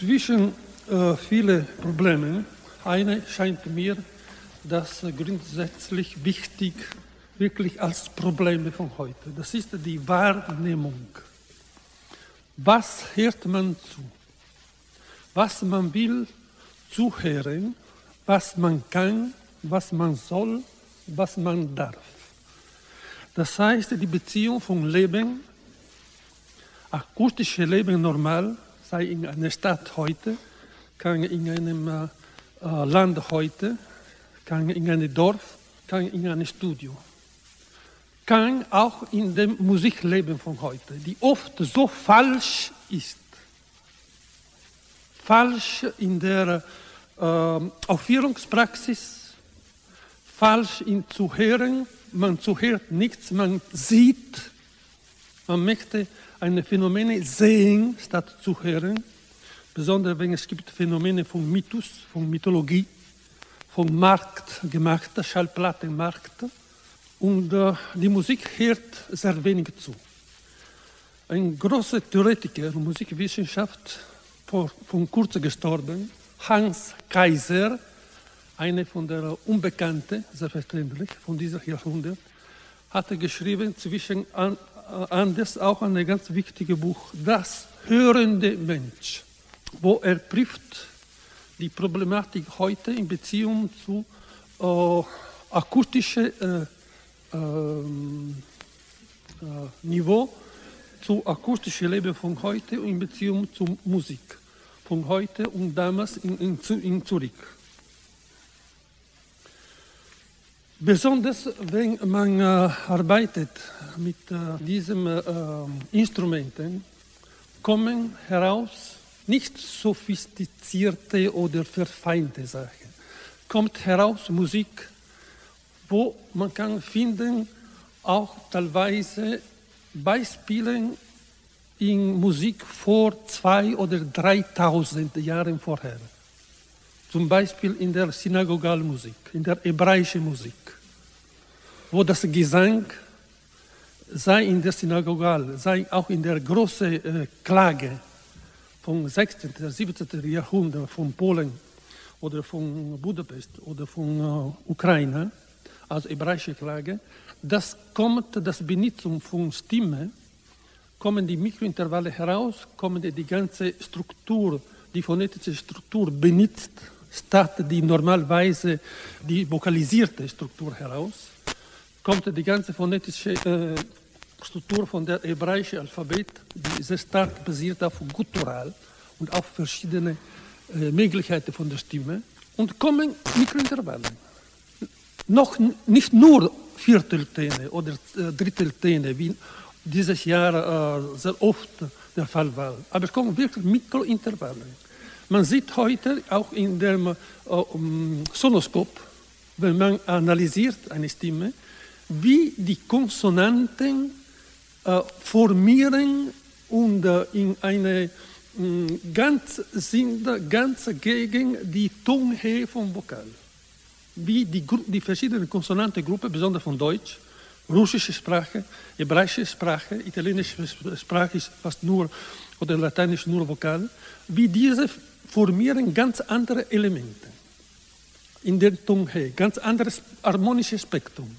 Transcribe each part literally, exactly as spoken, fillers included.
zwischen äh, vielen Problemen, eine scheint mir das äh, grundsätzlich wichtig, wirklich als Probleme von heute. Das ist die Wahrnehmung. Was hört man zu? Was man will zuhören, was man kann, was man soll, was man darf. Das heißt, die Beziehung von Leben, akustisches Leben normal, sei in einer Stadt heute, kann in einem äh, Land heute, kann in einem Dorf, kann in einem Studio. Kann auch in dem Musikleben von heute, die oft so falsch ist. Falsch in der äh, Aufführungspraxis, falsch in zu hören, man zuhört nichts, man sieht, man möchte eine Phänomene sehen, statt zu hören, besonders wenn es gibt Phänomene von Mythos, von Mythologie, von marktgemachter Schallplattenmarkt. Und äh, die Musik hört sehr wenig zu. Ein großer Theoretiker der Musikwissenschaft, vor, von kurzem gestorben, Hans Kaiser, eine von der Unbekannte, selbstverständlich, von diesem Jahrhundert, hatte geschrieben, zwischen an, anders auch ein ganz wichtiges Buch, Das hörende Mensch, wo er prüft die Problematik heute in Beziehung zu äh, akustischen äh, äh, äh, Niveau, zu akustischen Leben von heute und in Beziehung zur Musik von heute und damals in, in, in Zürich. Besonders wenn man äh, arbeitet mit äh, diesen äh, Instrumenten, kommen heraus nicht sophistizierte oder verfeinte Sachen. Kommt heraus Musik, wo man kann finden, auch teilweise Beispiele in Musik vor zwei oder dreitausend Jahren vorher. Zum Beispiel in der Synagogalmusik, in der hebräischen Musik, wo das Gesang, sei in der Synagogal, sei auch in der großen äh, Klage vom sechzehnten, siebzehnten Jahrhundert von Polen oder von Budapest oder von äh, Ukraine, als hebräische Klage, das kommt, das Benutzung von Stimme, kommen die Mikrointervalle heraus, kommen die ganze Struktur, die phonetische Struktur benutzt, statt die normalerweise die vokalisierte Struktur heraus, kommt die ganze phonetische äh, Struktur von der hebräischen Alphabet, die sehr stark basiert auf Guttural und auf verschiedene äh, Möglichkeiten von der Stimme, und kommen Mikrointervalle. Noch nicht nur Vierteltöne oder äh, Dritteltöne, wie dieses Jahr äh, sehr oft der Fall war, aber es kommen wirklich Mikrointervalle. Man sieht heute auch in dem äh, um, Sonoskop, wenn man analysiert eine Stimme, wie die Konsonanten äh, formieren und äh, in eine mh, ganz sind ganz gegen die Tonhöhe vom Vokal. Wie die, die verschiedenen Konsonantengruppen, besonders von Deutsch, russische Sprache, hebräische Sprache, italienische Sprache ist fast nur, oder lateinisch nur Vokal, wie diese formieren ganz andere Elemente in der Tonhöhe, ganz anderes harmonisches Spektrum.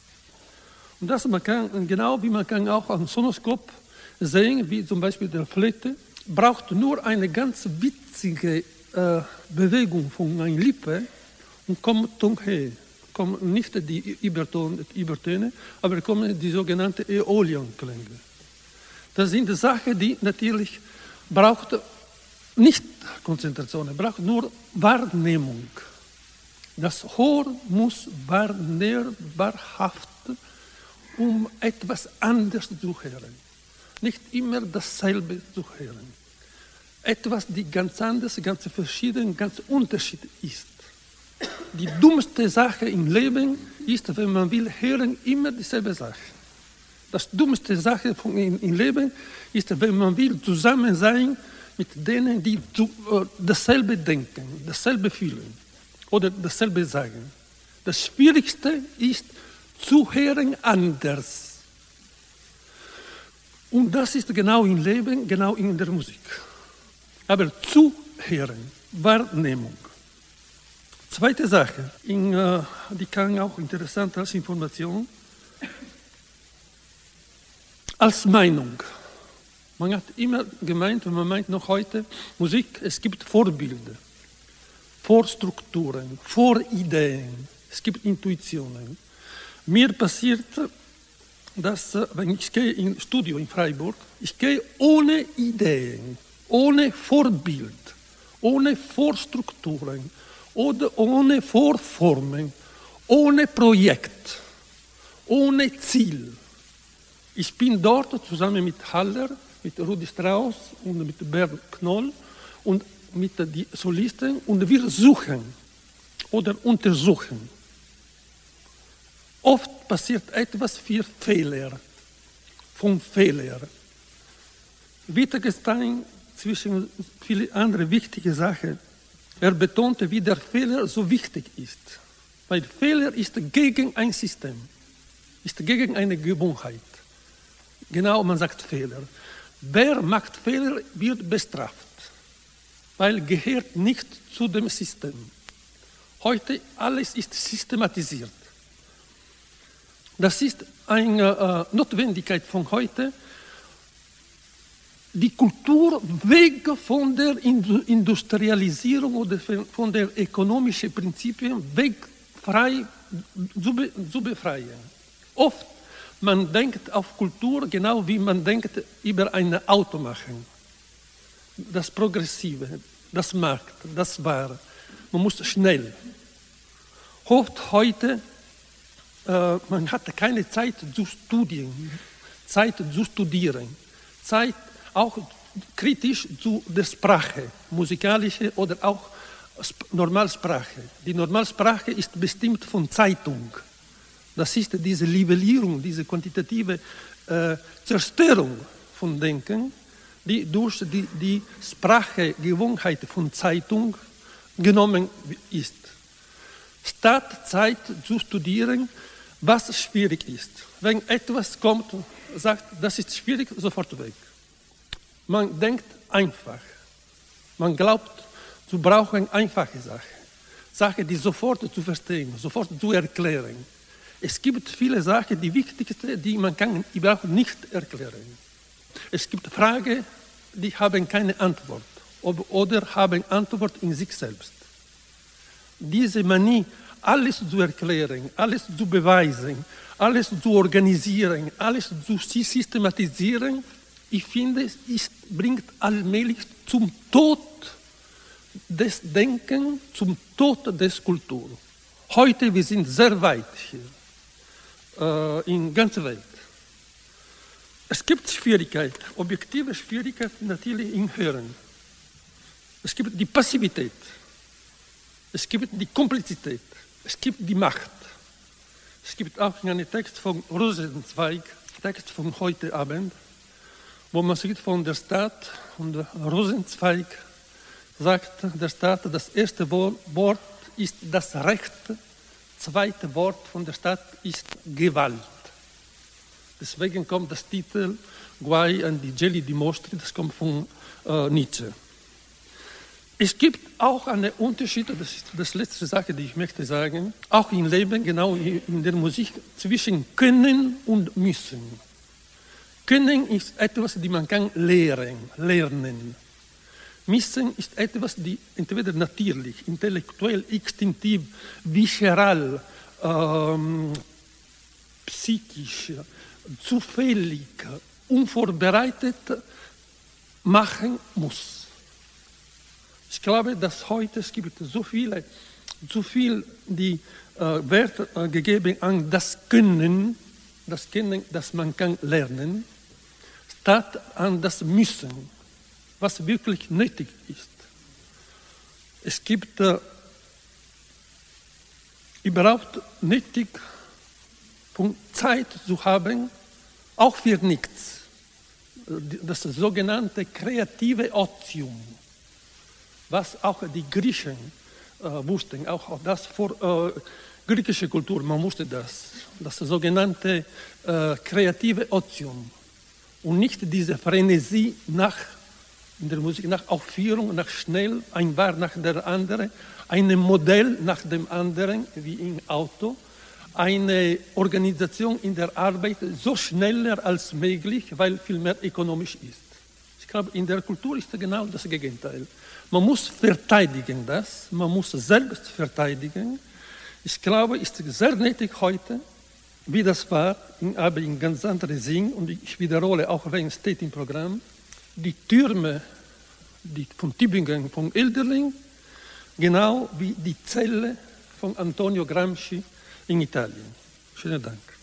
Und das man kann, genau wie man kann auch am Sonoskop sehen, wie zum Beispiel der Flöte, braucht nur eine ganz witzige äh, Bewegung von einer Lippe und kommt Tonhöhe. Kommen nicht die Überton, Übertöne, aber kommen die sogenannten Äolienklänge. Das sind Sachen, die natürlich braucht nicht Konzentration, braucht nur Wahrnehmung. Das Ohr muss wahrnehmbarhaft, um etwas anderes zu hören. Nicht immer dasselbe zu hören. Etwas, die ganz anders, ganz verschieden, ganz unterschiedlich ist. Die dummste Sache im Leben ist, wenn man will hören, immer dieselbe Sache. Das dummste Sache im Leben ist, wenn man will zusammen sein mit denen, die dasselbe denken, dasselbe fühlen oder dasselbe sagen. Das Schwierigste ist, zuhören anders. Und das ist genau im Leben, genau in der Musik. Aber zu Hören, Wahrnehmung. Zweite Sache, in, äh, die kann auch interessant als Information, als Meinung. Man hat immer gemeint, und man meint noch heute, Musik, es gibt Vorbilder, Vorstrukturen, Vorideen, es gibt Intuitionen. Mir passiert, dass, wenn ich gehe ins Studio in Freiburg, ich gehe ohne Ideen, ohne Vorbild, ohne Vorstrukturen oder ohne Vorformen, ohne Projekt, ohne Ziel. Ich bin dort zusammen mit Haller, mit Rudi Strauss und mit Bernd Knoll und mit den Solisten und wir suchen oder untersuchen. Oft passiert etwas für Fehler, von Fehler. Wittgenstein, zwischen vielen anderen wichtigen Sachen, er betonte, wie der Fehler so wichtig ist. Weil Fehler ist gegen ein System, ist gegen eine Gewohnheit. Genau, man sagt Fehler. Wer macht Fehler, wird bestraft, weil gehört nicht zu dem System. Heute alles ist systematisiert. Das ist eine äh, Notwendigkeit von heute, die Kultur weg von der Industrialisierung oder von den ökonomischen Prinzipien weg frei zu, be, zu befreien. Oft man denkt auf Kultur genau wie man denkt über ein Auto machen. Das Progressive, das Markt, das Wahre. Man muss schnell. Oft heute, äh, man hat keine Zeit zu studieren, Zeit zu studieren, Zeit auch kritisch zu der Sprache, musikalische oder auch Normalsprache. Die Normalsprache ist bestimmt von Zeitung. Das ist diese Nivellierung, diese quantitative äh, Zerstörung von Denken, die durch die, die Sprachegewohnheit von Zeitung genommen ist. Statt Zeit zu studieren, was schwierig ist. Wenn etwas kommt und sagt, das ist schwierig, sofort weg. Man denkt einfach. Man glaubt, zu brauchen einfache Sachen. Sachen, die sofort zu verstehen, sofort zu erklären. Es gibt viele Sachen, die wichtigste, die man kann überhaupt nicht erklären. Es gibt Fragen, die haben keine Antwort oder haben Antwort in sich selbst. Diese Manie, alles zu erklären, alles zu beweisen, alles zu organisieren, alles zu systematisieren, ich finde, es ist, bringt allmählich zum Tod des Denkens, zum Tod des Kultur. Heute, wir sind sehr weit hier. In der ganzen Welt. Es gibt Schwierigkeiten, objektive Schwierigkeiten natürlich im Hören. Es gibt die Passivität, es gibt die Komplizität, es gibt die Macht. Es gibt auch einen Text von Rosenzweig, Text von heute Abend, wo man sieht von der Stadt und Rosenzweig sagt der Stadt, das erste Wort ist das Recht. Das zweite Wort von der Stadt ist Gewalt. Deswegen kommt das Titel Guai and die Geli di Mostri, das kommt von äh, Nietzsche. Es gibt auch einen Unterschied, das ist das letzte Sache, die ich möchte sagen, auch im Leben, genau in der Musik, zwischen Können und Müssen. Können ist etwas, das man kann lehren, lernen. Müssen ist etwas, das entweder natürlich, intellektuell, instinktiv, vischeral, ähm, psychisch, zufällig, unvorbereitet machen muss. Ich glaube, dass heute es gibt so viele, so viel die äh, Wert äh, gegeben an das Können, das Können, das man kann lernen, statt an das Müssen, was wirklich nötig ist. Es gibt äh, überhaupt nötig, um Zeit zu haben, auch für nichts. Das sogenannte kreative Otium, was auch die Griechen äh, wussten, auch das vor äh, griechische Kultur, man wusste das, das sogenannte äh, kreative Otium und nicht diese Frenesie nach in der Musik, nach Aufführung, nach schnell, ein Bar nach der anderen, ein Modell nach dem anderen, wie im Auto, eine Organisation in der Arbeit so schneller als möglich, weil viel mehr ökonomisch ist. Ich glaube, in der Kultur ist genau das Gegenteil. Man muss verteidigen das, man muss selbst verteidigen. Ich glaube, es ist sehr nötig heute, wie das war, aber in ganz anderen Sinn, und ich wiederhole auch wegen steht im Programm, die Türme die von Tübingen, von Elderling, genau wie die Zelle von Antonio Gramsci in Italien. Schönen Dank.